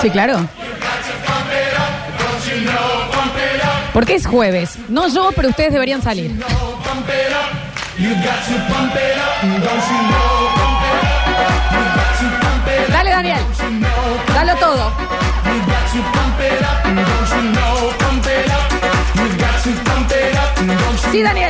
Sí, claro. Porque es jueves. No yo, pero ustedes deberían salir. Dale, Daniel. Dalo todo. Sí, Daniel.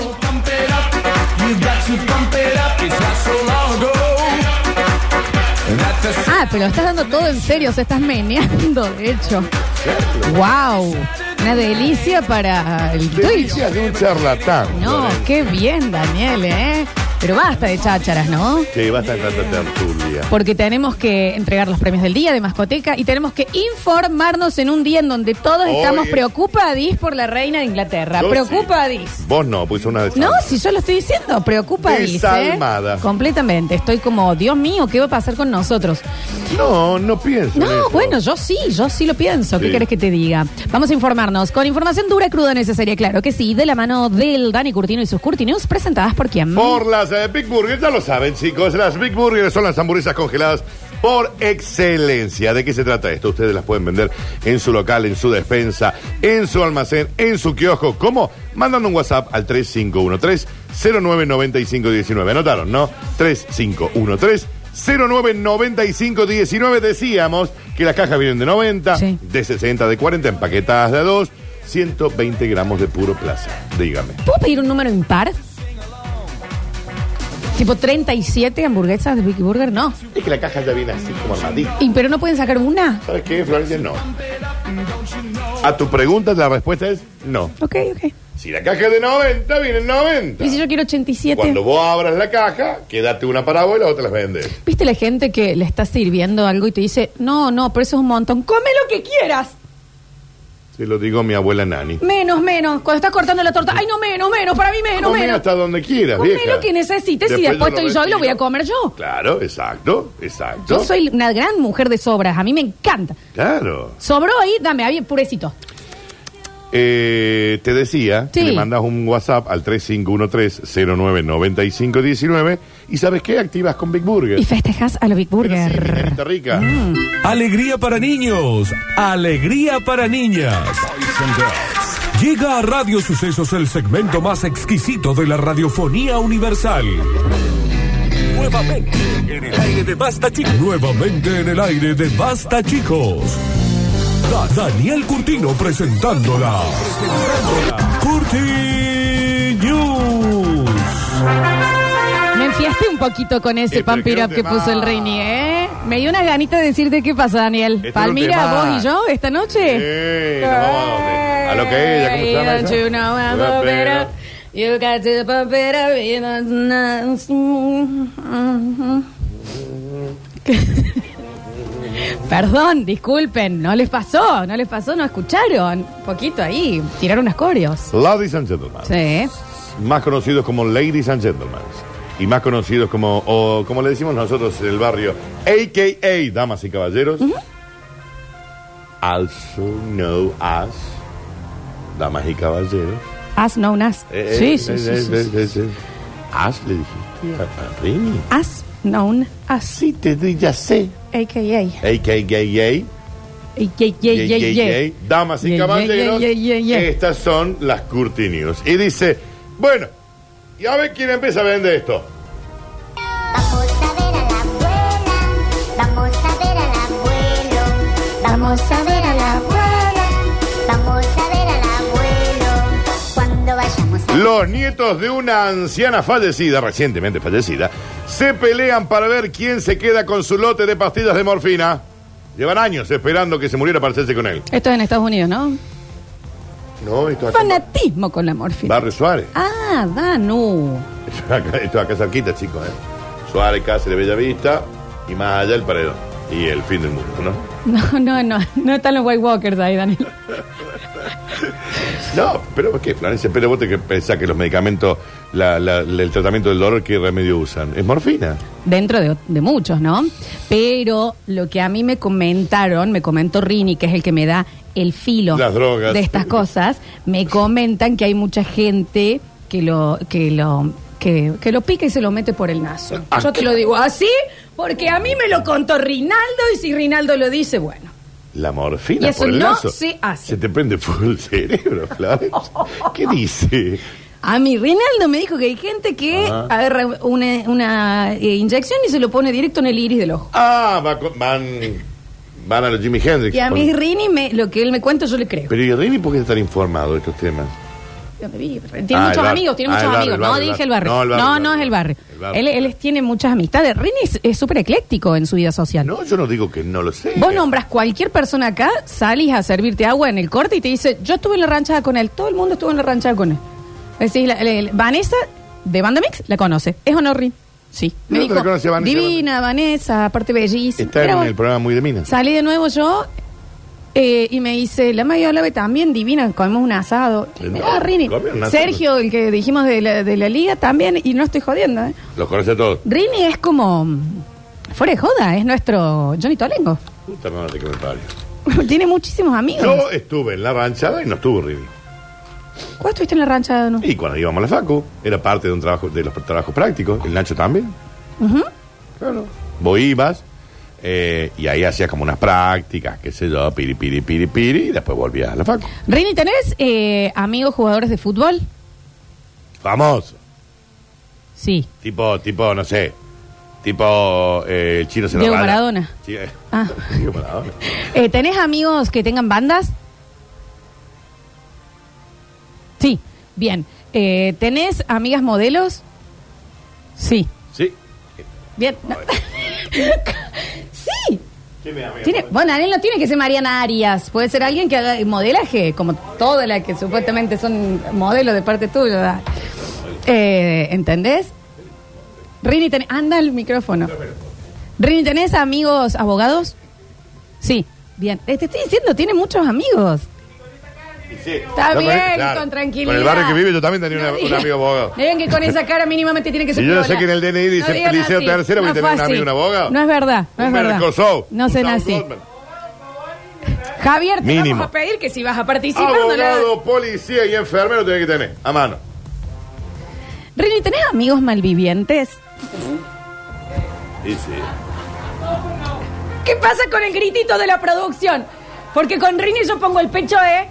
Ah, pero estás dando todo en serio, se estás meneando, de hecho. Wow, una delicia para el Twitch. Delicia de un charlatán. No, qué bien, Daniel, ¿eh? Pero basta de chácharas, ¿no? Sí, basta de tanta tertulia. Porque tenemos que entregar los premios del día de Mascoteca y tenemos que informarnos en un día en donde todos estamos preocupadís por la reina de Inglaterra. Preocupadís. Sí. Vos no, pues una No, si yo lo estoy diciendo, preocupadís. Desalmada. Completamente. Estoy como, Dios mío, ¿qué va a pasar con nosotros? No pienso. No, bueno, yo sí lo pienso. ¿Qué querés que te diga? Vamos a informarnos con información dura, cruda, necesaria, claro que sí, de la mano del Dani Curtino y sus Curti News, presentadas por quién. Por las Big Burger, ya lo saben, chicos. Las Big Burger son las hamburguesas congeladas por excelencia. ¿De qué se trata esto? Ustedes las pueden vender en su local, en su despensa, en su almacén, en su kiosco. ¿Cómo? Mandando un WhatsApp al 3513-099519. ¿Anotaron, no? 3513-099519. Decíamos que las cajas vienen de 90, sí, de 60, de 40, empaquetadas de a 2, 120 gramos de puro plaza. Dígame. ¿Puedo pedir un número impar? ¿Tipo 37 hamburguesas de Big Burger? No. Es que la caja ya viene así como armadita. ¿Pero no pueden sacar una? ¿Sabes qué, Florencia? No. A tu pregunta la respuesta es no. Ok. Si la caja es de 90, viene en 90. ¿Y si yo quiero 87? Cuando vos abras la caja, quédate una para vos y la otra las vendes. ¿Viste la gente que le está sirviendo algo y te dice, no, pero eso es un montón? ¡Come lo que quieras! Se lo digo a mi abuela Nani. Menos. Cuando estás cortando la torta, ay, no, menos, para mí menos. Come hasta donde quieras, come vieja. Come lo que necesites y después estoy yo y lo voy a comer yo. Claro, exacto. Yo soy una gran mujer de sobras, a mí me encanta. Claro. Sobró ahí, dame, ahí purecito. Te decía, sí, que le mandas un WhatsApp al 3513-099519 y ¿sabes qué? Activas con Big Burger. Y festejas a la Big Burger. Sí, rica. Alegría para niños, alegría para niñas. Llega a Radio Sucesos el segmento más exquisito de la radiofonía universal. Nuevamente en el aire de Basta Chicos. Nuevamente en el aire de Basta Chicos. Daniel Curtino presentándola. Curti News. Me enfiaste un poquito con ese pump it up que puso el Rini, ¿eh? Me dio una ganita de decirte qué pasa, Daniel. Palmira, vos y yo, esta noche. Sí, nos vamos a dónde. A lo que ella, ¿cómo se llama eso? You got to pump it up. Perdón, disculpen, no les pasó, no escucharon. Un poquito ahí, tiraron unos coreos. Ladies and gentlemen. Sí. Más conocidos como ladies and gentlemen. Y más conocidos como, o como le decimos nosotros en el barrio, a.k.a. damas y caballeros. Also known as damas y caballeros. As known as. Sí. As le dijiste a Rini. As known as. Sí, ya sé. A.k.a. Damas y caballeros, estas son las Curti News. Y dice, bueno, y a ver quién empieza a vender esto. Vamos a ver al abuelo. Vamos a ver al abuelo. Vamos a ver al abuelo. Cuando vayamos a... Los nietos de una anciana fallecida, recientemente fallecida, se pelean para ver quién se queda con su lote de pastillas de morfina. Llevan años esperando que se muriera para hacerse con él. Esto es en Estados Unidos, ¿no? No, esto acá. Fanatismo con la morfina. Barrio Suárez. Ah, Danu. Esto acá cerquita, chicos, Suárez, Cáceres, Bellavista y más allá el Paredón. Y el fin del mundo, ¿no? No están los White Walkers ahí, Daniel. No, pero ¿qué, Florencia? Pero vos te pensás que los medicamentos, el tratamiento del dolor, ¿qué remedio usan? Es morfina. Dentro de muchos, ¿no? Pero lo que a mí me comentó Rini, que es el que me da el filo las drogas de estas cosas, me comentan que hay mucha gente que lo pica y se lo mete por el naso. Yo te lo digo así porque a mí me lo contó Rinaldo y si Rinaldo lo dice, bueno. La morfina Y eso por el no lazo. se hace. Se te prende full el cerebro, Florencia. ¿Qué dice? A mí Rinaldo me dijo que hay gente que Ajá. agarra una inyección y se lo pone directo en el iris del ojo. Ah, van a los Jimi Hendrix. Y a mí Rini, lo que él me cuenta, yo le creo. Pero ¿y Rini por qué está tan informado de estos temas? Tiene Ah, muchos el bar- amigos, tiene ah, muchos el barrio, amigos. el No barrio, dije el el barrio. barrio. No, el barrio, No, el no barrio. es el barrio. El barrio. Él tiene muchas amistades. Rini es súper ecléctico en su vida social. No, yo no digo que no lo sé. Vos nombras cualquier persona acá, salís a servirte agua en el corte y te dice, yo estuve en la ranchada con él. Todo el mundo estuvo en la ranchada con él. Decís, Vanessa, de Banda Mix, la conoce. ¿Es o no, Rin? Sí. Me No, dijo, te la conoce a Vanessa. divina, Vanessa, aparte bellísima. Está Mira en vos. el programa Muy de Minas. Salí de nuevo yo y me dice, la María Olave también divina, comemos un asado. Y me da Rini. Comieron un asado. Sergio, el que dijimos de la liga, también, y no estoy jodiendo. Los conoce a todos. Rini es como, fuera de joda, es nuestro Johnny Tolengo. Puta madre que me parió. Tiene muchísimos amigos. Yo estuve en la ranchada y no estuvo Rini. ¿Cuándo estuviste en la ranchada, no? Y cuando íbamos a la facu, era parte de un trabajo, de los trabajos prácticos. El Nacho también. Ujú. Claro. Vos ibas y ahí hacías como unas prácticas, qué sé yo, piri, y después volvías a la facu. Rini, ¿tenés amigos jugadores de fútbol? Famoso. Sí. Tipo, no sé. Tipo el Chino se lo Diego raya. Maradona. Sí, Ah. Diego Maradona. ¿Tenés amigos que tengan bandas? Sí, bien. ¿Tenés amigas modelos? Sí. Sí. Bien. Sí. ¿Quién es amigo? Bueno, Daniel no tiene que ser Mariana Arias. Puede ser alguien que haga modelaje, como todas las que supuestamente son modelos de parte tuya. ¿Entendés? Rini, anda el micrófono. Rini, ¿tenés amigos abogados? Sí, bien. Te estoy diciendo, tiene muchos amigos. Sí. Está No, bien, claro. con tranquilidad. Con el barrio que vive yo también tenía un digan- amigo abogado. Digan que con esa cara mínimamente tiene que ser Y yo no sé piola. que en el DNI dice digan Liceo así. Tercero, voy a tener fue un amigo, así. un abogado. No es verdad, no es Un verdad. Mercosur, No un se Sam así. Goldman. Javier, te Mínimo. vamos a pedir que si vas a participar... no le- Abogado, policía y enfermero tenés que tener a mano. Rini, ¿tenés amigos malvivientes? Y sí. ¿Qué pasa con el gritito de la producción? Porque con Rini yo pongo el pecho, ¿eh?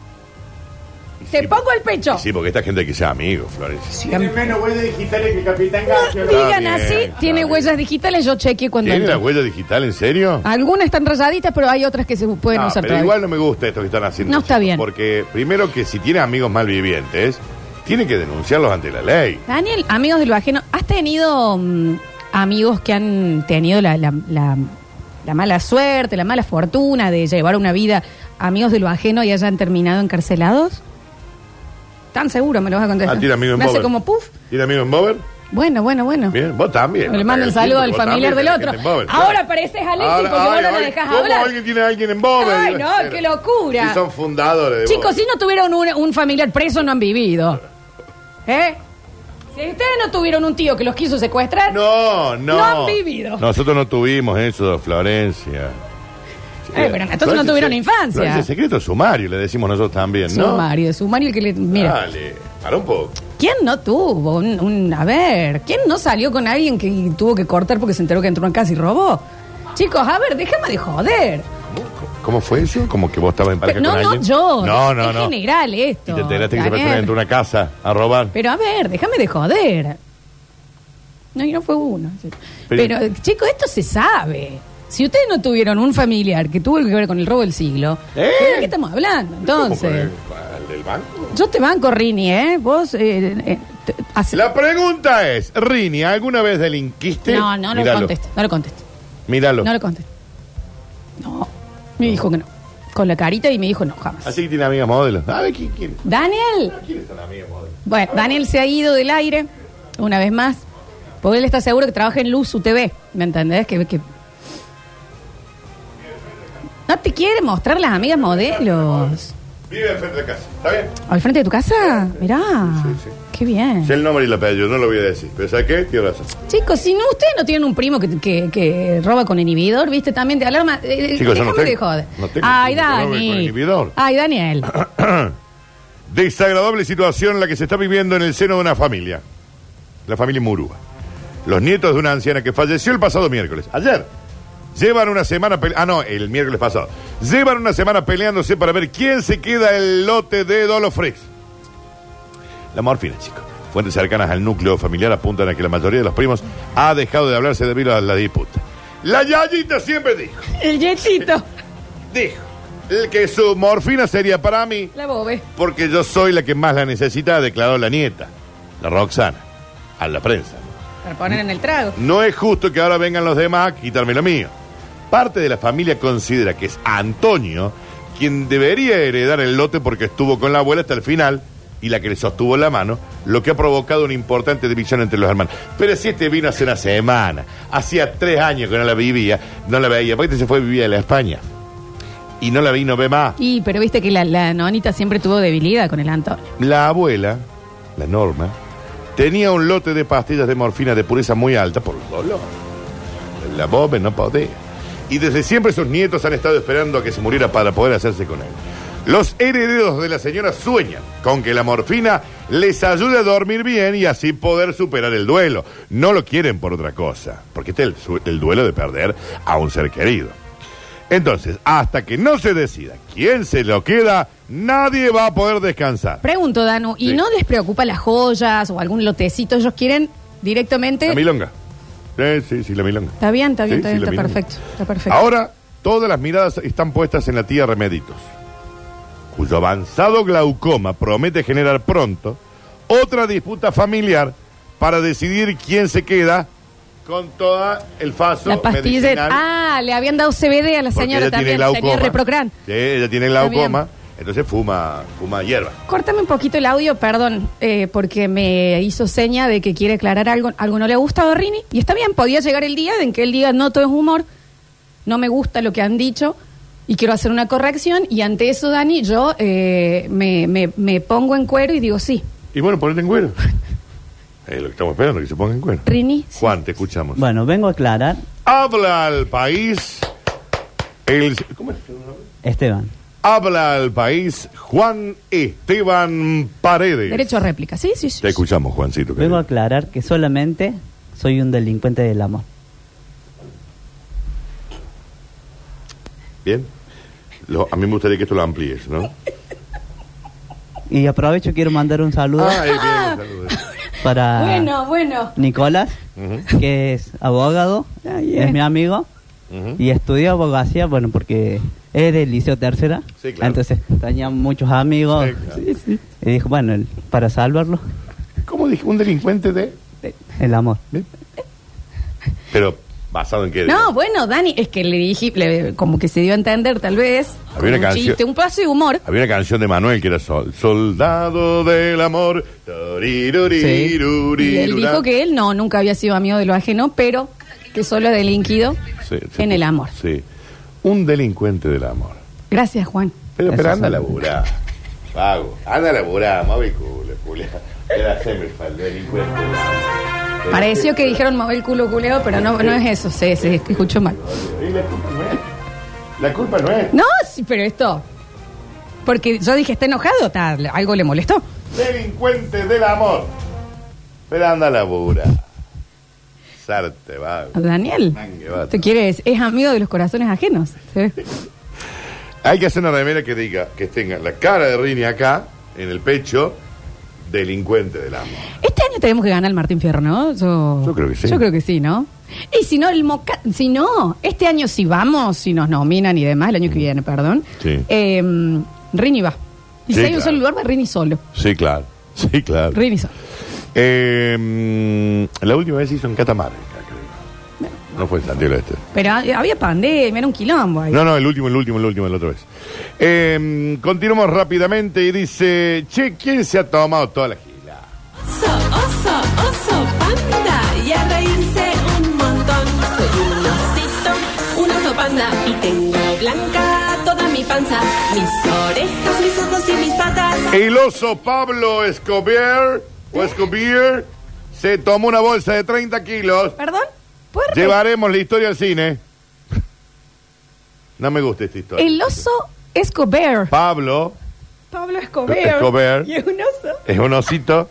Te Sí, pongo el pecho. Sí, porque esta gente hay que ser amigos, Florencia. Tiene menos huellas digitales que el Capitán García. Digan bien, así, está tiene bien. huellas digitales, yo chequeé cuando ¿Tiene la entro. huella digital, en serio? Algunas están rayaditas, pero hay otras que se pueden No, usar pero todavía. igual no me gusta esto que están haciendo. No está chicos, bien. Porque primero que si tiene amigos malvivientes, tiene que denunciarlos ante la ley. Daniel, amigos de lo ajeno, ¿has tenido amigos que han tenido la mala suerte, la mala fortuna de llevar una vida amigos de lo ajeno y hayan terminado encarcelados? ¿Tan seguro me lo vas a contestar? Ah, ¿tiene amigos en Me hace Bober? como puff. ¿Tiene amigos en Bober? Bueno. Bien, vos también. Le no mando te un hagas saludo al tiempo, vos familiar del también otro. tenés gente en Bober, Ahora claro. pareces Alexis Ahora, porque vos no ay, lo ay, dejás ¿cómo hablar. alguien tiene a alguien en Bober? Ay, no, qué locura. Si son fundadores de Chicos, Bober. si no tuvieron un familiar preso, no han vivido. ¿Eh? Si ustedes no tuvieron un tío que los quiso secuestrar, No. No han vivido. Nosotros no tuvimos eso, Florencia. pero entonces no tuvieron infancia. Florencia, secreto sumario, le decimos nosotros también, ¿no? Sumario el que le... Mira, Dale, para un poco. ¿quién no tuvo a ver, ¿quién no salió con alguien que tuvo que cortar porque se enteró que entró en casa y robó? Chicos, a ver, déjame de joder. ¿Cómo fue eso? ¿Como que vos estabas en pareja No, con no, alguien? yo. No, Es general esto. Y te enteraste que esa Daniel. persona entró a una casa a robar. Pero a ver, déjame de joder. No, y no fue uno. Pero- Pero, chicos, esto se sabe. Si ustedes no tuvieron un familiar que tuvo que ver con el robo del siglo, ¿de qué estamos hablando? ¿Cómo Entonces, con el del banco? yo te banco, Rini, ¿eh? Vos, La pregunta es, Rini, ¿alguna vez delinquiste? No lo Míralo. contestes, no lo contestes. Míralo. No lo contestes. No, me dijo que no. Con la carita y me dijo no, jamás. Así que tiene amigas modelos. A ver, ¿quién? Daniel. ¿Quiénes son amigas modelos? Bueno, Daniel se ha ido del aire, una vez más, porque él está seguro que trabaja en Luz UTV, ¿me entendés? Que no te quiere mostrar las amigas modelos. Vive al frente de casa, ¿está bien? ¿Al frente de tu casa? Mirá, sí. qué bien. Sé el nombre y el apellido, no lo voy a decir. Pero ¿sabes qué? Tiene razón. Chicos, si no, ustedes no tienen un primo que roba con inhibidor, ¿viste? También de alarma. Chicos, yo no déjame tengo. de joder. No tengo Ay, un primo que robe con Dani. inhibidor. Ay, Daniel. Desagradable situación la que se está viviendo en el seno de una familia. La familia Murúa. Los nietos de una anciana que falleció el pasado miércoles. Ayer. Llevan una semana... el miércoles pasado. Llevan una semana peleándose para ver quién se queda el lote de Dolofrex. La morfina, chicos. Fuentes cercanas al núcleo familiar apuntan a que la mayoría de los primos ha dejado de hablarse debido a la disputa. La Yayita siempre dijo. El yetito. Dijo que su morfina sería para mí. La bobe. Porque yo soy la que más la necesita, declaró la nieta, la Roxana, a la prensa. Para poner en el trago. No es justo que ahora vengan los demás a quitarme lo mío. Parte de la familia considera que es Antonio quien debería heredar el lote porque estuvo con la abuela hasta el final y la que le sostuvo la mano, lo que ha provocado una importante división entre los hermanos. Pero si este vino hace una semana, hacía 3 años que no la veía, porque este se fue a vivir a la España. Y no la vi, no ve más. Y, pero viste que la nonita siempre tuvo debilidad con el Antonio. La abuela, la Norma, tenía un lote de pastillas de morfina de pureza muy alta por el dolor. La bobe no podía. Y desde siempre sus nietos han estado esperando a que se muriera para poder hacerse con él. Los herederos de la señora sueñan con que la morfina les ayude a dormir bien y así poder superar el duelo. No lo quieren por otra cosa, porque este es el duelo de perder a un ser querido. Entonces, hasta que no se decida quién se lo queda, nadie va a poder descansar. Pregunto, Danu, ¿y Sí. no les preocupa las joyas o algún lotecito? Ellos quieren directamente... La milonga. Sí, la milonga. Está bien, está Sí, la milonga. perfecto. Está perfecto. Ahora, todas las miradas están puestas en la tía Remeditos, cuyo avanzado glaucoma promete generar pronto otra disputa familiar para decidir quién se queda con todo el faso La pastilla. medicinal. Ah, le habían dado CBD a la Porque señora ella tiene también. Tenía glaucoma. Reprocran. Sí, ella tiene Está glaucoma, entonces fuma hierba. Córtame un poquito el audio, perdón, porque me hizo seña de que quiere aclarar algo. Algo no le ha gustado a Rini. Y está bien, podía llegar el día en que él diga, no todo es humor, no me gusta lo que han dicho y quiero hacer una corrección. Y ante eso, Dani, yo me pongo en cuero y digo sí. Y bueno, ponete en cuero. Es lo que estamos esperando, que se ponga en cuero. Rini. Sí. Juan, te escuchamos. Bueno, vengo a aclarar, Habla al país. ¿Cómo es? Esteban. Habla al país Juan Esteban Paredes. Derecho a réplica. Sí. Te escuchamos, Juancito. Vengo a querido. aclarar que solamente soy un delincuente del amor. Bien. A mí me gustaría que esto lo amplíes, ¿no? Y aprovecho, quiero mandar un saludo Bien, saludos. para Bueno. Nicolás, Ujú. que es abogado, Está bien. es mi amigo, Ujú. y estudió abogacía, bueno, porque es del Liceo Tercera, Sí, claro. entonces tenía muchos amigos, Sí, claro. y dijo, bueno, para salvarlo, ¿Cómo dije? ¿Un delincuente de...? el amor. ¿Bien? Pero, ¿basado en qué? No, bueno, Dani, es que le dije, como que se dio a entender tal vez. Había una un canción- chiste, un paso de humor. Había una canción de Manuel que era Soldado del Amor. Y él dijo que él nunca había sido amigo de lo ajeno, pero que solo ha delinquido Sí, en el amor. Sí. Un delincuente del amor. Gracias, Juan. Pero Eso anda a sí. laburar. Vago. Anda a laburar, móvil culo, Julia. Era Semerfeld, delincuente del amor. Pareció que dijeron mover el culo culeo, pero no es eso, se escuchó mal. Y la culpa no es. La culpa no es. No, sí, pero esto. Porque yo dije, está enojado, algo le molestó. Delincuente del amor. Pero anda a laburar. Sarte, vago. Daniel, Mangue, vato. ¿te quieres? Es amigo de los corazones ajenos. ¿Sí? Hay que hacer una remera que diga, que tenga la cara de Rini acá, en el pecho, delincuente del amor. Este año tenemos que ganar el Martín Fierro, ¿no? Yo creo que sí. Yo creo que sí, ¿no? Y si no, si no, este año si vamos, si nos nominan y demás, el año que viene, perdón. Sí. Rini va. Y Sí, si hay un claro. solo lugar, va Rini solo. Sí, claro. Sí, claro. Rini solo. La última vez hizo en Catamarca, creo. No fue en Santiago del Este. Pero había pandemia, era un quilombo ahí. No, el último, la otra vez. Continuamos rápidamente y dice, che, ¿quién se ha tomado toda la gila? Oso, panda y a reírse un montón. Soy un oso panda y tengo blanca toda mi panza, mis orejas, mis ojos y mis patas. El oso Pablo Escobar, se tomó una bolsa de 30 kilos. ¿Perdón? ¿Puedo repetir? Llevaremos la historia al cine. No me gusta esta historia. El oso Escobar. Pablo Pablo Escobar. Escobar. Y es un oso. es un osito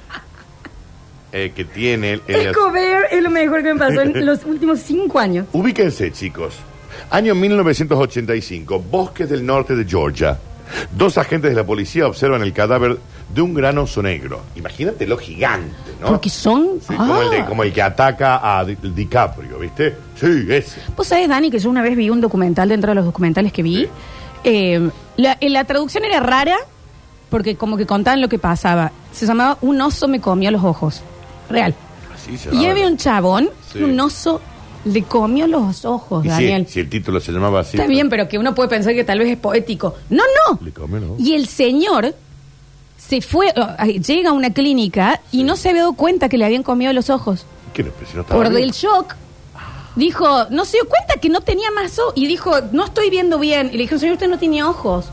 que tiene... Escobar es lo mejor que me pasó en los últimos 5 años. Ubíquense, chicos. Año 1985, bosques del norte de Georgia. 2 agentes de la policía observan el cadáver de un gran oso negro. Imagínate lo gigante, ¿no? Porque son... Sí, como el que ataca a DiCaprio, ¿viste? Sí, ese. Vos sabés, Dani, que yo una vez vi un documental dentro de los documentales que vi. La traducción era rara porque como que contaban lo que pasaba. Se llamaba Un oso me comió los ojos. Real. Así se Y llama. había un chabón, Sí. un oso le comió los ojos, Y Daniel. si el título se llamaba así. Está bien, pero que uno puede pensar que tal vez es poético. No, no. Le comió los ojos. Y el señor se fue, llega a una clínica y no se había dado cuenta que le habían comido los ojos. ¿Qué no? Pero si no estaba Por bien. del shock, dijo, no se dio cuenta que no tenía más ojos. Y dijo, no estoy viendo bien. Y le dijeron, señor, usted no tiene ojos.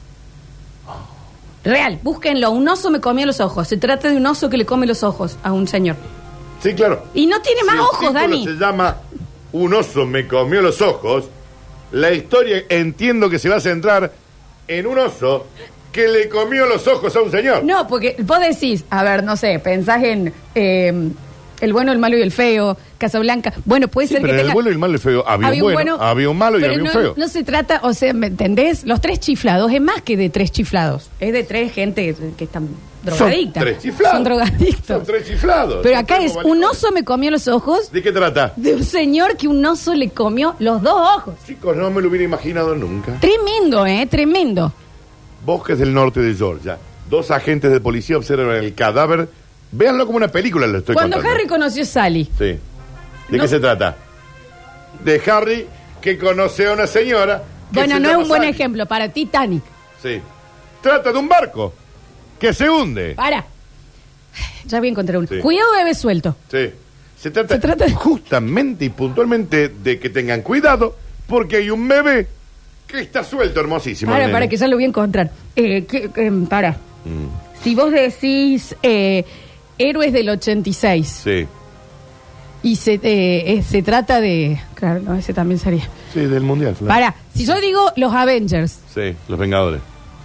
Real, búsquenlo. Un oso me comió los ojos. Se trata de un oso que le come los ojos a un señor. Sí, claro. Y no tiene más Si el ojos, título Dani. se llama Un oso me comió los ojos. La historia entiendo que se va a centrar en un oso que le comió los ojos a un señor. No, porque vos decís, a ver, no sé, pensás en El bueno, el malo y el feo, Casablanca. Bueno, puede Sí, ser pero que en el bueno y el malo y el feo había un bueno, había un malo y pero había un no, feo. No se trata, o sea, ¿me entendés? Los 3 chiflados es más que de 3 chiflados. Es de 3 gente que están drogadictas. Son 3 chiflados. Son drogadictos. Son 3 chiflados. Pero Son acá 3 es, un bobalicones. oso me comió los ojos ¿De qué trata? de un señor que un oso le comió los 2 ojos. Chicos, no me lo hubiera imaginado nunca. Tremendo, tremendo. Bosques del norte de Georgia. 2 agentes de policía observan el cadáver. Véanlo como una película, lo estoy Cuando contando. Harry conoció a Sally. Sí. ¿De No. qué se trata? De Harry que conoce a una señora. Que Bueno, se no es llama un buen Sally. ejemplo para Titanic. Sí. Trata de un barco que se hunde. Para. Ya voy a encontrar uno. Sí. Cuidado, bebé suelto. Sí. Se trata de- justamente y puntualmente de que tengan cuidado porque hay un bebé que está suelto, hermosísimo. el Para, nene. que ya lo voy a encontrar. Para. Mm. Si vos decís Héroes del 86 Sí. y se trata de... Claro, no, ese también sería. Sí, del mundial. claro. Para, si yo digo los Avengers, Sí, los Vengadores.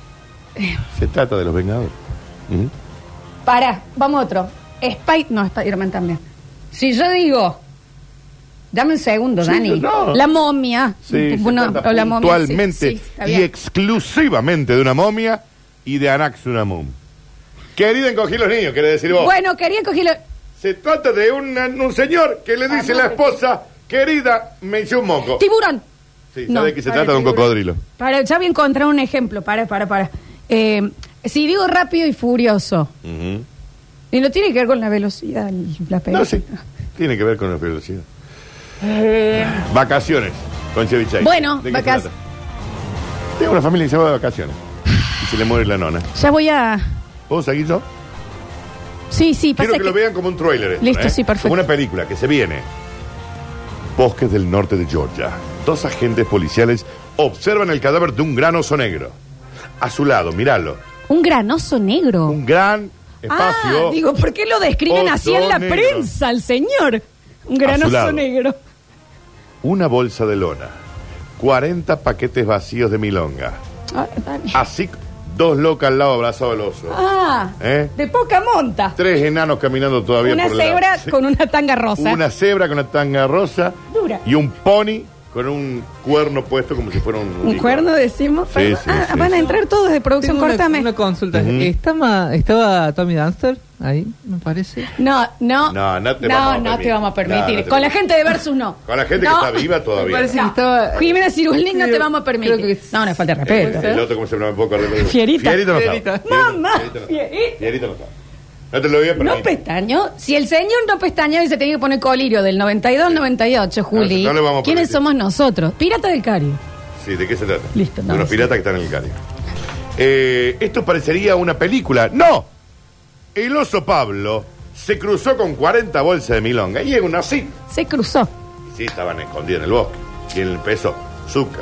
Se trata de los Vengadores. Ujú. para, vamos a otro. Spider-Man también. Si yo digo... Dame un segundo, Sí, Dani. no. La momia. Sí, Bueno, se trata o la momia, puntualmente sí, está y bien. exclusivamente de una momia y de Anaxunamum. Querida, encogí los niños, quiere decir vos. Bueno, quería cogerlo... Se trata de un señor que le dice a la esposa, querida, me hice un moco. Tiburón. Sí, No, sabe que se para, trata de un tiburón. cocodrilo. Para, ya voy a encontrar un ejemplo. Para. Si digo rápido y furioso, Ujú. y no tiene que ver con la velocidad, la película. No, sí, tiene que ver con la velocidad. Vacaciones, con Chevy Chase. Bueno, ¿De qué se trata? Tengo una familia que se va de vacaciones y se le muere la nona. Ya voy a... ¿Puedo seguir yo? Sí, Quiero pasa que lo vean como un trailer. esto, Listo, sí, perfecto. Como una película que se viene. Bosques del norte de Georgia. 2 agentes policiales observan el cadáver de un gran oso negro. A su lado, míralo. Un granoso negro. Un gran espacio. Digo, ¿por qué lo describen así en la oso negro. prensa, el señor? Un A su granoso lado. negro. Una bolsa de lona. 40 paquetes vacíos de milonga. Dani. Así, 2 locas al lado abrazados al oso. ¿Eh? De poca monta. 3 enanos caminando todavía Una por la... cebra Sí. con una tanga rosa. Una cebra con una tanga rosa. Dura. Y un pony con un cuerno puesto como si fuera un... ¿Un unicornio. cuerno decimos? Sí, sí, sí. Van a entrar todos de producción, Tengo córtame. una consulta. Ujú. ¿Estaba Tommy Dunster ahí, me parece? No te vamos a permitir. No te Con la permitimos. gente de Versus no. Con la gente No. que está viva todavía. Me parece No. que estaba... Jimena Cirulín no Sí, te vamos a permitir. creo que- No, falta de respeto. El otro, ¿cómo se llama? ¿Puedo correr? Fierita. Fierita no Fierita. sabe. Mamá, Fierita no sabe. Fierita. Fierita no sabe. No te lo voy a No permitir. pestañó. Si el señor no pestañó y se tenía que poner colirio del 92 al 98, Juli, No le vamos a ¿quiénes permitir. somos nosotros? Pirata del Caribe. Sí, ¿de qué se trata? Listo, De no, unos sí. piratas que están en el Caribe. Esto parecería una película. ¡No! El oso Pablo se cruzó con 40 bolsas de milonga y llegó así. Se cruzó. Y sí, estaban escondidos en el bosque. Y él empezó. Zuca.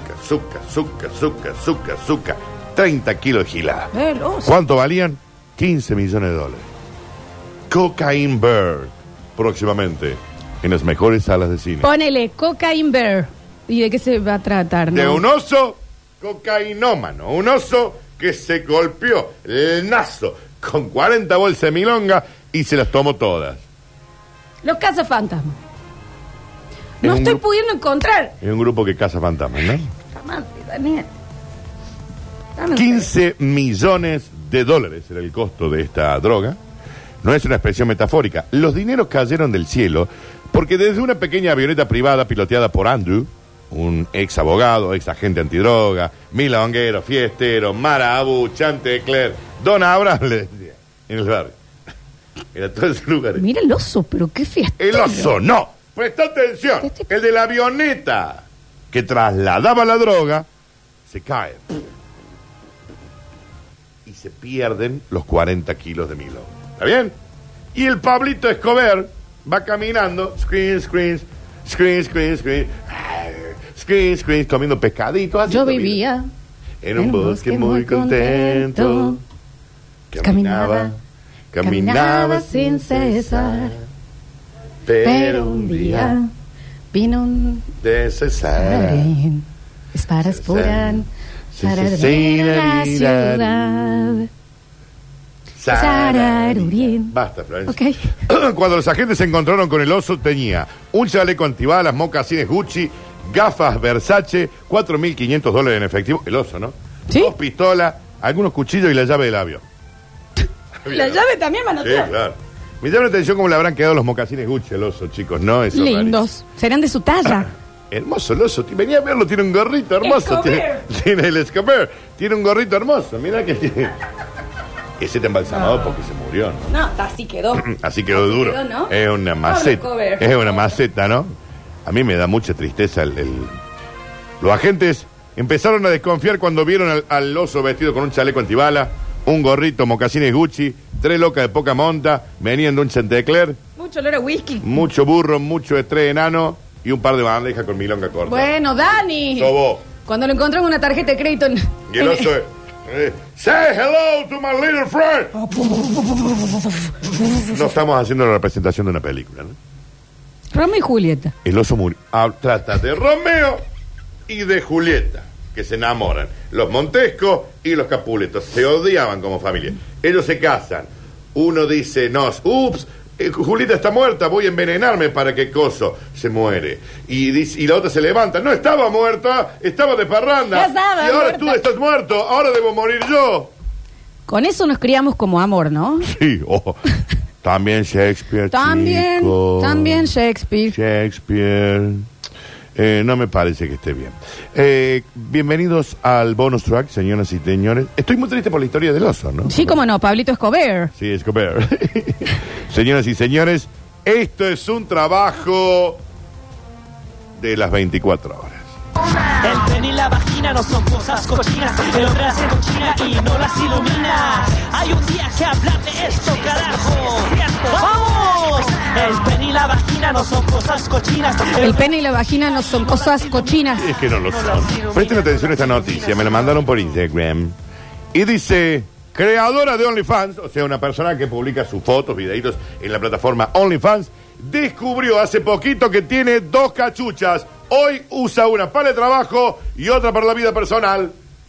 30 kilos de gilada. El oso. ¿Cuánto valían? 15 millones de dólares. Cocaine Bird. Próximamente. En las mejores salas de cine. Ponele Cocaine Bear. ¿Y de qué se va a tratar? De no? un oso cocainómano. Un oso que se golpeó el nazo con 40 bolsas de milonga y se las tomó todas. Los cazafantasmas. No un estoy grupo- pudiendo encontrar. Es un grupo que caza fantasmas, ¿no? Madre, Daniel. Dame un 15 millones de dólares era el costo de esta droga. No es una expresión metafórica. Los dineros cayeron del cielo porque desde una pequeña avioneta privada piloteada por Andrew, un ex abogado, ex agente antidroga, milonguero, fiestero, Marabu, Chantecler, Don Abraham, le decía, en el barrio. Era todo ese lugar. Mira el oso, pero qué fiesta. El oso, no. Presta atención. El de la avioneta que trasladaba la droga se cae. Y se pierden los 40 kilos de milonga. ¿Está bien? Y el Pablito Escobar va caminando, screens, comiendo pescadito. Yo haciendo vivía vida. En un bosque muy contento. Caminaba sin cesar. Pero un día vino un de cesar. Karen, espadas puran, la ciudad. Sararurín. Basta, Florencia. Ok. Cuando los agentes se encontraron con el oso, tenía un chaleco antibalas, mocasines Gucci, gafas Versace, $4.500 en efectivo. El oso, ¿no? ¿Sí? 2 pistolas, algunos cuchillos y la llave del avión. La llave también van a Sí, traer. claro. Me llama la atención cómo le habrán quedado los mocasines Gucci al oso, chicos, ¿no? Eso es Lindos. Serán de su talla. hermoso el oso. Venía a verlo, tiene un gorrito hermoso. Escobar. Tiene el Escobar. Tiene un gorrito hermoso. Mira que tiene. Ese está embalsamado porque se murió, ¿no? No, así quedó. Así quedó Así duro. quedó, ¿no? Es una maceta. Escobar. Es una maceta, ¿no? A mí me da mucha tristeza Los agentes empezaron a desconfiar cuando vieron al oso vestido con un chaleco antibala, un gorrito, mocasines Gucci, 3 locas de poca monta, venían de un Chantecler, Mucho olor a whisky. mucho burro, mucho estrés enano y un par de bandejas con milonga corta. Bueno, Dani. Sobó. Cuando lo encontramos en una tarjeta de crédito Y el oso es, say hello to my little friend. No estamos haciendo la representación de una película, ¿no? Romeo y Julieta. El oso murió. Trata de Romeo y de Julieta, que se enamoran. Los Montescos y los Capuletos se odiaban como familia. Ellos se casan. Uno dice, no, ups, Julieta está muerta, voy a envenenarme para que coso. Se muere. Y la otra se levanta. No estaba muerta, estaba de parranda. Ya estaba y ahora muerta. tú estás muerto, ahora debo morir yo. Con eso nos criamos como amor, ¿no? Sí, también Shakespeare. También, chicos. también Shakespeare. Shakespeare. No me parece que esté bien. Bienvenidos al bonus track, señoras y señores. Estoy muy triste por la historia del oso, ¿no? Sí, como no, Pablito Escobar. Sí, Escobar. Señoras y señores, esto es un trabajo de las 24 horas. El pene y la vagina no son cosas cochinas. El hombre las cochina y no las ilumina. Hay un día que hablar de esto, carajo. ¡Vamos! El pene y la vagina no son cosas cochinas. El pene y la vagina no son cosas cochinas. Es que no lo son. Presten atención a esta noticia, me la mandaron por Instagram. Y dice, creadora de OnlyFans, o sea, una persona que publica sus fotos, videitos en la plataforma OnlyFans, descubrió hace poquito que tiene 2 cachuchas. Hoy usa una para el trabajo y otra para la vida personal.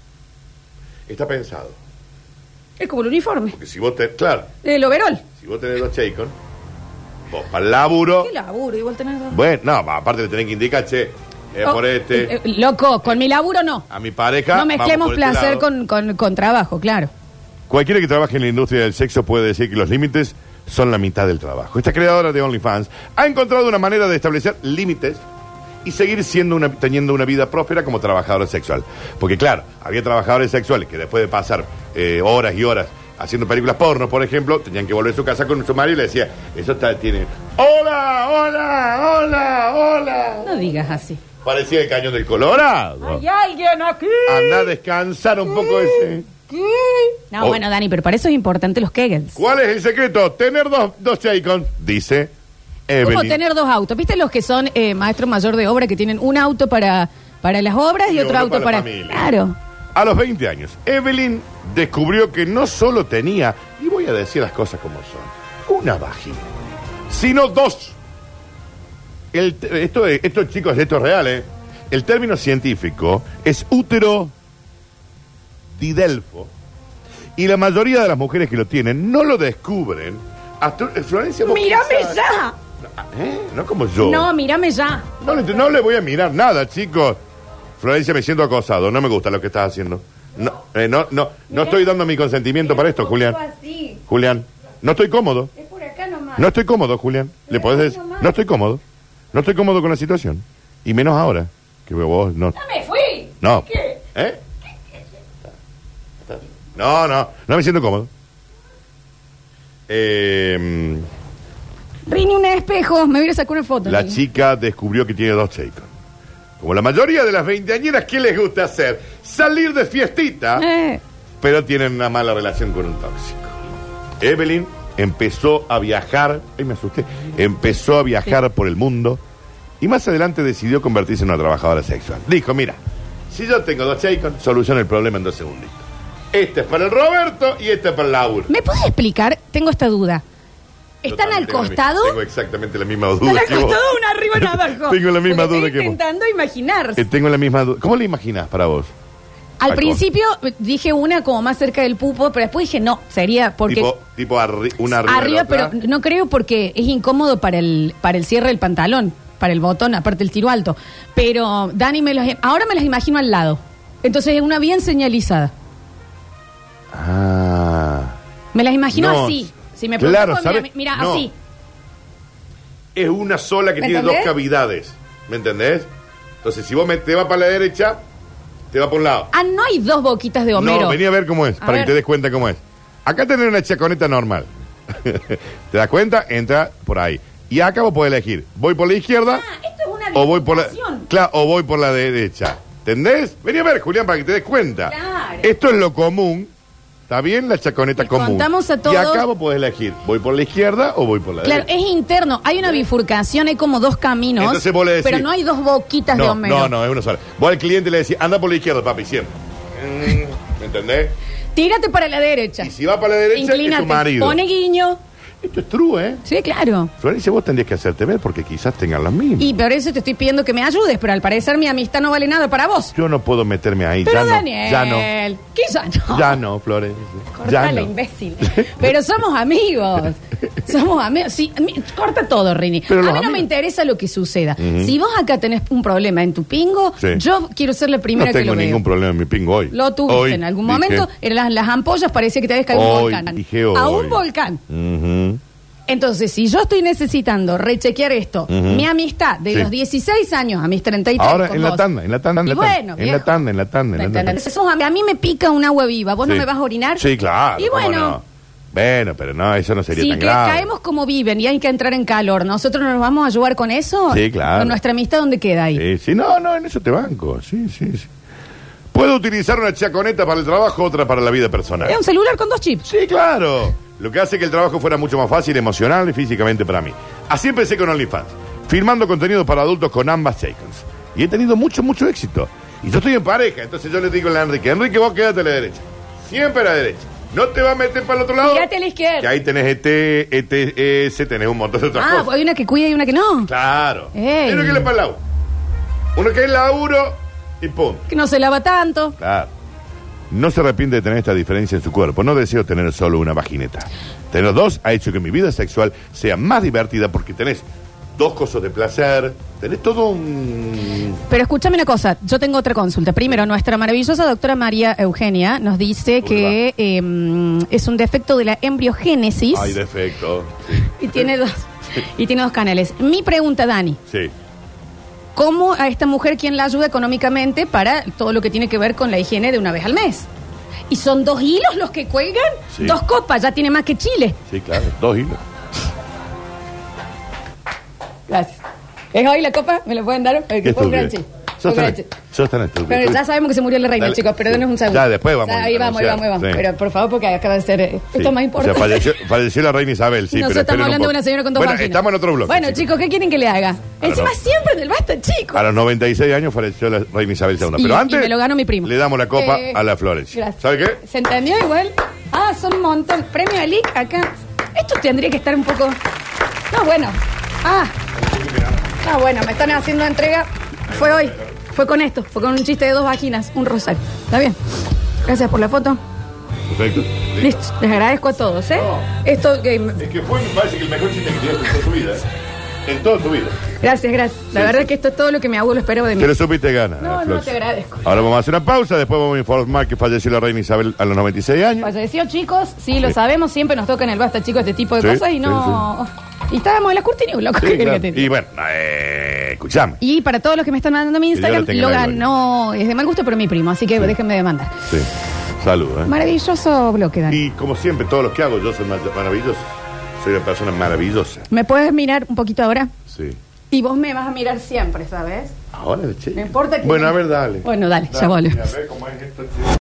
Está pensado. Es como el uniforme. Porque si vos claro, El overol. si vos tenés 2 chaycon, vos para el laburo. Qué laburo, igual tener dos. Bueno, no, aparte le tenés que indicar, che, por este. Loco, con mi laburo no. A mi pareja. No mezclemos vamos por este placer lado. con trabajo, claro. Cualquiera que trabaje en la industria del sexo puede decir que los límites son la mitad del trabajo. Esta creadora de OnlyFans ha encontrado una manera de establecer límites y seguir teniendo una vida próspera como trabajadora sexual. Porque claro, había trabajadores sexuales que después de pasar horas y horas haciendo películas porno, por ejemplo, tenían que volver a su casa con su marido y le decía, tiene, hola, hola, hola, hola. No digas así. Parecía el Cañón del Colorado. ¡Hay alguien aquí! Anda a descansar un poco ese. No, bueno, Dani, pero para eso es importante los Kegels. ¿Cuál es el secreto? Tener dos Chaycon, dice Evelyn. ¿Cómo tener 2 autos? ¿Viste los que son maestros mayor de obra que tienen un auto para las obras y otro uno auto para la para... familia. Claro. A los 20 años, Evelyn descubrió que no solo tenía, y voy a decir las cosas como son, una vagina, sino 2. Esto, chicos, esto es real, ¿eh? El término científico es útero didelfo. Y la mayoría de las mujeres que lo tienen no lo descubren hasta... Florencia, ¿vos ¡Mírame qué sabes? ya! No como yo. No, mírame ya. No le voy a mirar nada, chicos. Florencia, me siento acosado. No me gusta lo que estás haciendo. No estoy dando mi consentimiento para esto, Julián. Así. Julián, no estoy cómodo. Es por acá nomás. No estoy cómodo, Julián. ¿Le podés decir? No estoy cómodo. No estoy cómodo con la situación. Y menos ahora. Que vos no. ¡No me fui! No. ¿Qué? ¿Eh? No me siento cómodo. Rini, un espejo. Me voy a sacar una foto. La Rini. chica descubrió que tiene 2 Chaycon. Como la mayoría de las veinteañeras, ¿qué les gusta hacer? Salir de fiestita, pero tienen una mala relación con un tóxico. Evelyn empezó a viajar, me asusté, empezó a viajar por el mundo y más adelante decidió convertirse en una trabajadora sexual. Dijo, mira, si yo tengo 2 Chaycon, soluciono el problema en 2 segunditos. Este es para el Roberto y este es para el Laura. ¿Me puedes explicar? Tengo esta duda. ¿Están al costado? Tengo exactamente la misma duda. ¿Están al que vos. costado una arriba y una abajo? Tengo la misma Porque duda estoy que vos. intentando imaginar. Tengo la misma duda. ¿Cómo le imaginas para vos? Al principio dije una como más cerca del pupo, pero después dije no, sería porque... Tipo una arriba pero no creo porque es incómodo para el cierre del pantalón, para el botón, aparte el tiro alto. Pero Dani, ahora me las imagino al lado. Entonces es una bien señalizada. Me las imagino así. Si me claro, preocupo, ¿sabes? mira No. así. Es una sola que ¿Me tiene entendés? 2 cavidades. ¿Me entendés? Entonces, si vos te vas para la derecha, te va por un lado. Ah, no hay 2 boquitas de Homero. No, vení a ver cómo es, A para ver. que te des cuenta cómo es. Acá tenés una chaconeta normal. ¿Te das cuenta? Entra por ahí. Y acá vos podés elegir. ¿Voy por la izquierda? Esto es una O voy por la... bifurcación. Claro, o voy por la derecha. ¿Entendés? Vení a ver, Julián, para que te des cuenta. Claro. Esto es lo común. ¿Está bien? La chaconeta Les común. contamos a Y todos- acá vos podés elegir. ¿Voy por la izquierda o voy por la Claro, derecha? es interno. Hay una bifurcación, hay como 2 caminos. Entonces vos le decís- pero no hay 2 boquitas de Homero. No, es una sola. Vos al cliente le decís, anda por la izquierda, papi, siempre. ¿Me entendés? Tírate para la derecha. Y si va para la derecha, Inclínate. es tu marido. Pone guiño. Esto es true, ¿eh? Sí, claro. Florencia, vos tendrías que hacerte ver porque quizás tengan las mismas. Y por eso te estoy pidiendo que me ayudes, pero al parecer mi amistad no vale nada para vos. Yo no puedo meterme ahí. Pero ya no, Daniel, ya no. ¿qué ya no? Ya no, Florencia. Cortala, Ya no. imbécil. Pero somos amigos. Somos amigos. Sí, corta todo, Rini. Pero A los mí no me amigos- interesa lo que suceda. Si vos acá tenés un problema en tu pingo, Sí. yo quiero ser la No primera que tengo lo veo. ningún problema en mi pingo hoy. Lo tuviste Hoy en algún dije- momento. Eran las ampollas, parecía que te habías caído a un Hoy, volcán. dije A hoy. un volcán. Ujú. Entonces, si yo estoy necesitando rechequear esto, mi amistad de Sí. los 16 años a mis 33 Ahora, con en la vos, tanda. Y bueno, En la tanda. ¿me entendés? Entonces, a mí me pica un agua viva. ¿Vos no Sí. me vas a orinar? Sí, claro. Y ¿cómo bueno, no? Bueno, pero no, eso no sería si tan grave. caemos como viven y hay que entrar en calor, ¿nosotros nos vamos a ayudar con eso? Sí, claro. ¿Con nuestra amistad dónde queda ahí? Sí, no, en eso te banco. Sí. Puedo utilizar una chaconeta para el trabajo, otra para la vida personal. Es un celular con 2 chips. Sí, claro. Lo que hace que el trabajo fuera mucho más fácil, emocional y físicamente para mí. Así empecé con OnlyFans, filmando contenido para adultos con ambas Chaycons. Y he tenido mucho mucho éxito. Y yo estoy en pareja, entonces yo le digo a Enrique, vos quédate a la derecha. Siempre a la derecha. No te vas a meter para el otro lado. Fíjate a la izquierda. Que ahí tenés ETS, tenés un montón de otras Ah, cosas. pues hay una que cuida y una que no. Claro. Ey. Hay uno que le para el lado. Uno que es laburo y pum. Que no se lava tanto. Claro. No se arrepiente de tener esta diferencia en su cuerpo. No deseo tener solo una vagineta. Tener 2 ha hecho que mi vida sexual sea más divertida porque tenés 2 cosas de placer. Tenés todo un... Pero escúchame una cosa, yo tengo otra consulta. Primero, nuestra maravillosa doctora María Eugenia nos dice ¿Cómo que es un defecto de la embriogénesis Hay defecto. Sí. y tiene 2 canales. Mi pregunta, Dani, Sí. ¿cómo a esta mujer quién la ayuda económicamente para todo lo que tiene que ver con la higiene de una vez al mes? ¿Y son 2 hilos los que cuelgan? Sí. 2 copas, ya tiene más que Chile. Sí, claro. 2 hilos. Gracias. ¿Es hoy la copa? ¿Me la pueden dar? Qué Fue un gran estúpido. chiste. Sos Fue un tan, gran chiste. sos tan estúpido. Pero ya sabemos que se murió la reina, Dale. chicos, pero denos un segundo. Ya, después vamos a Ahí vamos. anunciar. Sí. Pero por favor, porque acaba de ser... Sí. Esto es más O importante. sea, falleció la reina Isabel, sí, Nosotros pero estamos esperen un hablando de poco. una señora con 2 Bueno, vaginas. estamos en otro bloque. Bueno, chicos, ¿qué quieren que le haga? Encima no. siempre del basta, chicos. A los 96 años falleció la reina Isabel II. Y- Pero antes y me lo ganó mi primo. le damos la copa a la Florencia. Gracias. ¿Sabe qué? ¿Se entendió igual? Ah, son un montón. Premio de LIC acá. Esto tendría que estar un poco... No, bueno. Bueno, me están haciendo entrega. Fue hoy. Fue con esto. Fue con un chiste de 2 vaginas. Un rosario. ¿Está bien? Gracias por la foto. Perfecto. Listo. Les agradezco a todos, ¿eh? Esto... Es que fue, me parece que el mejor chiste que tiraste en toda tu vida. en toda tu vida. Gracias. La verdad es que esto es todo lo que mi abuelo esperaba de mí. Te lo supiste ganar. No, te agradezco. Ahora vamos a hacer una pausa, después vamos a informar que falleció la reina Isabel a los 96 años. Falleció, chicos, sí, lo sabemos, siempre nos toca en el basta, chicos, este tipo de Sí, cosas y no... Y estábamos en la cortina, loco. Sí, ¿Qué querés claro. que te diga? Y bueno, escuchame. Y para todos los que me están mandando mi Instagram, tenga lo la ganó, es de mal gusto, pero mi primo, así que déjenme de mandar. Sí. Salud, Maravilloso bloque, Dani. Y como siempre, todos los que hago, yo soy maravilloso. Soy una persona maravillosa. ¿Me puedes mirar un poquito ahora? Sí. Y vos me vas a mirar siempre, ¿sabes? Ahora, che. No importa que... Bueno, a ver, dale. Bueno, dale, ya volvemos. A ver cómo es esto, che.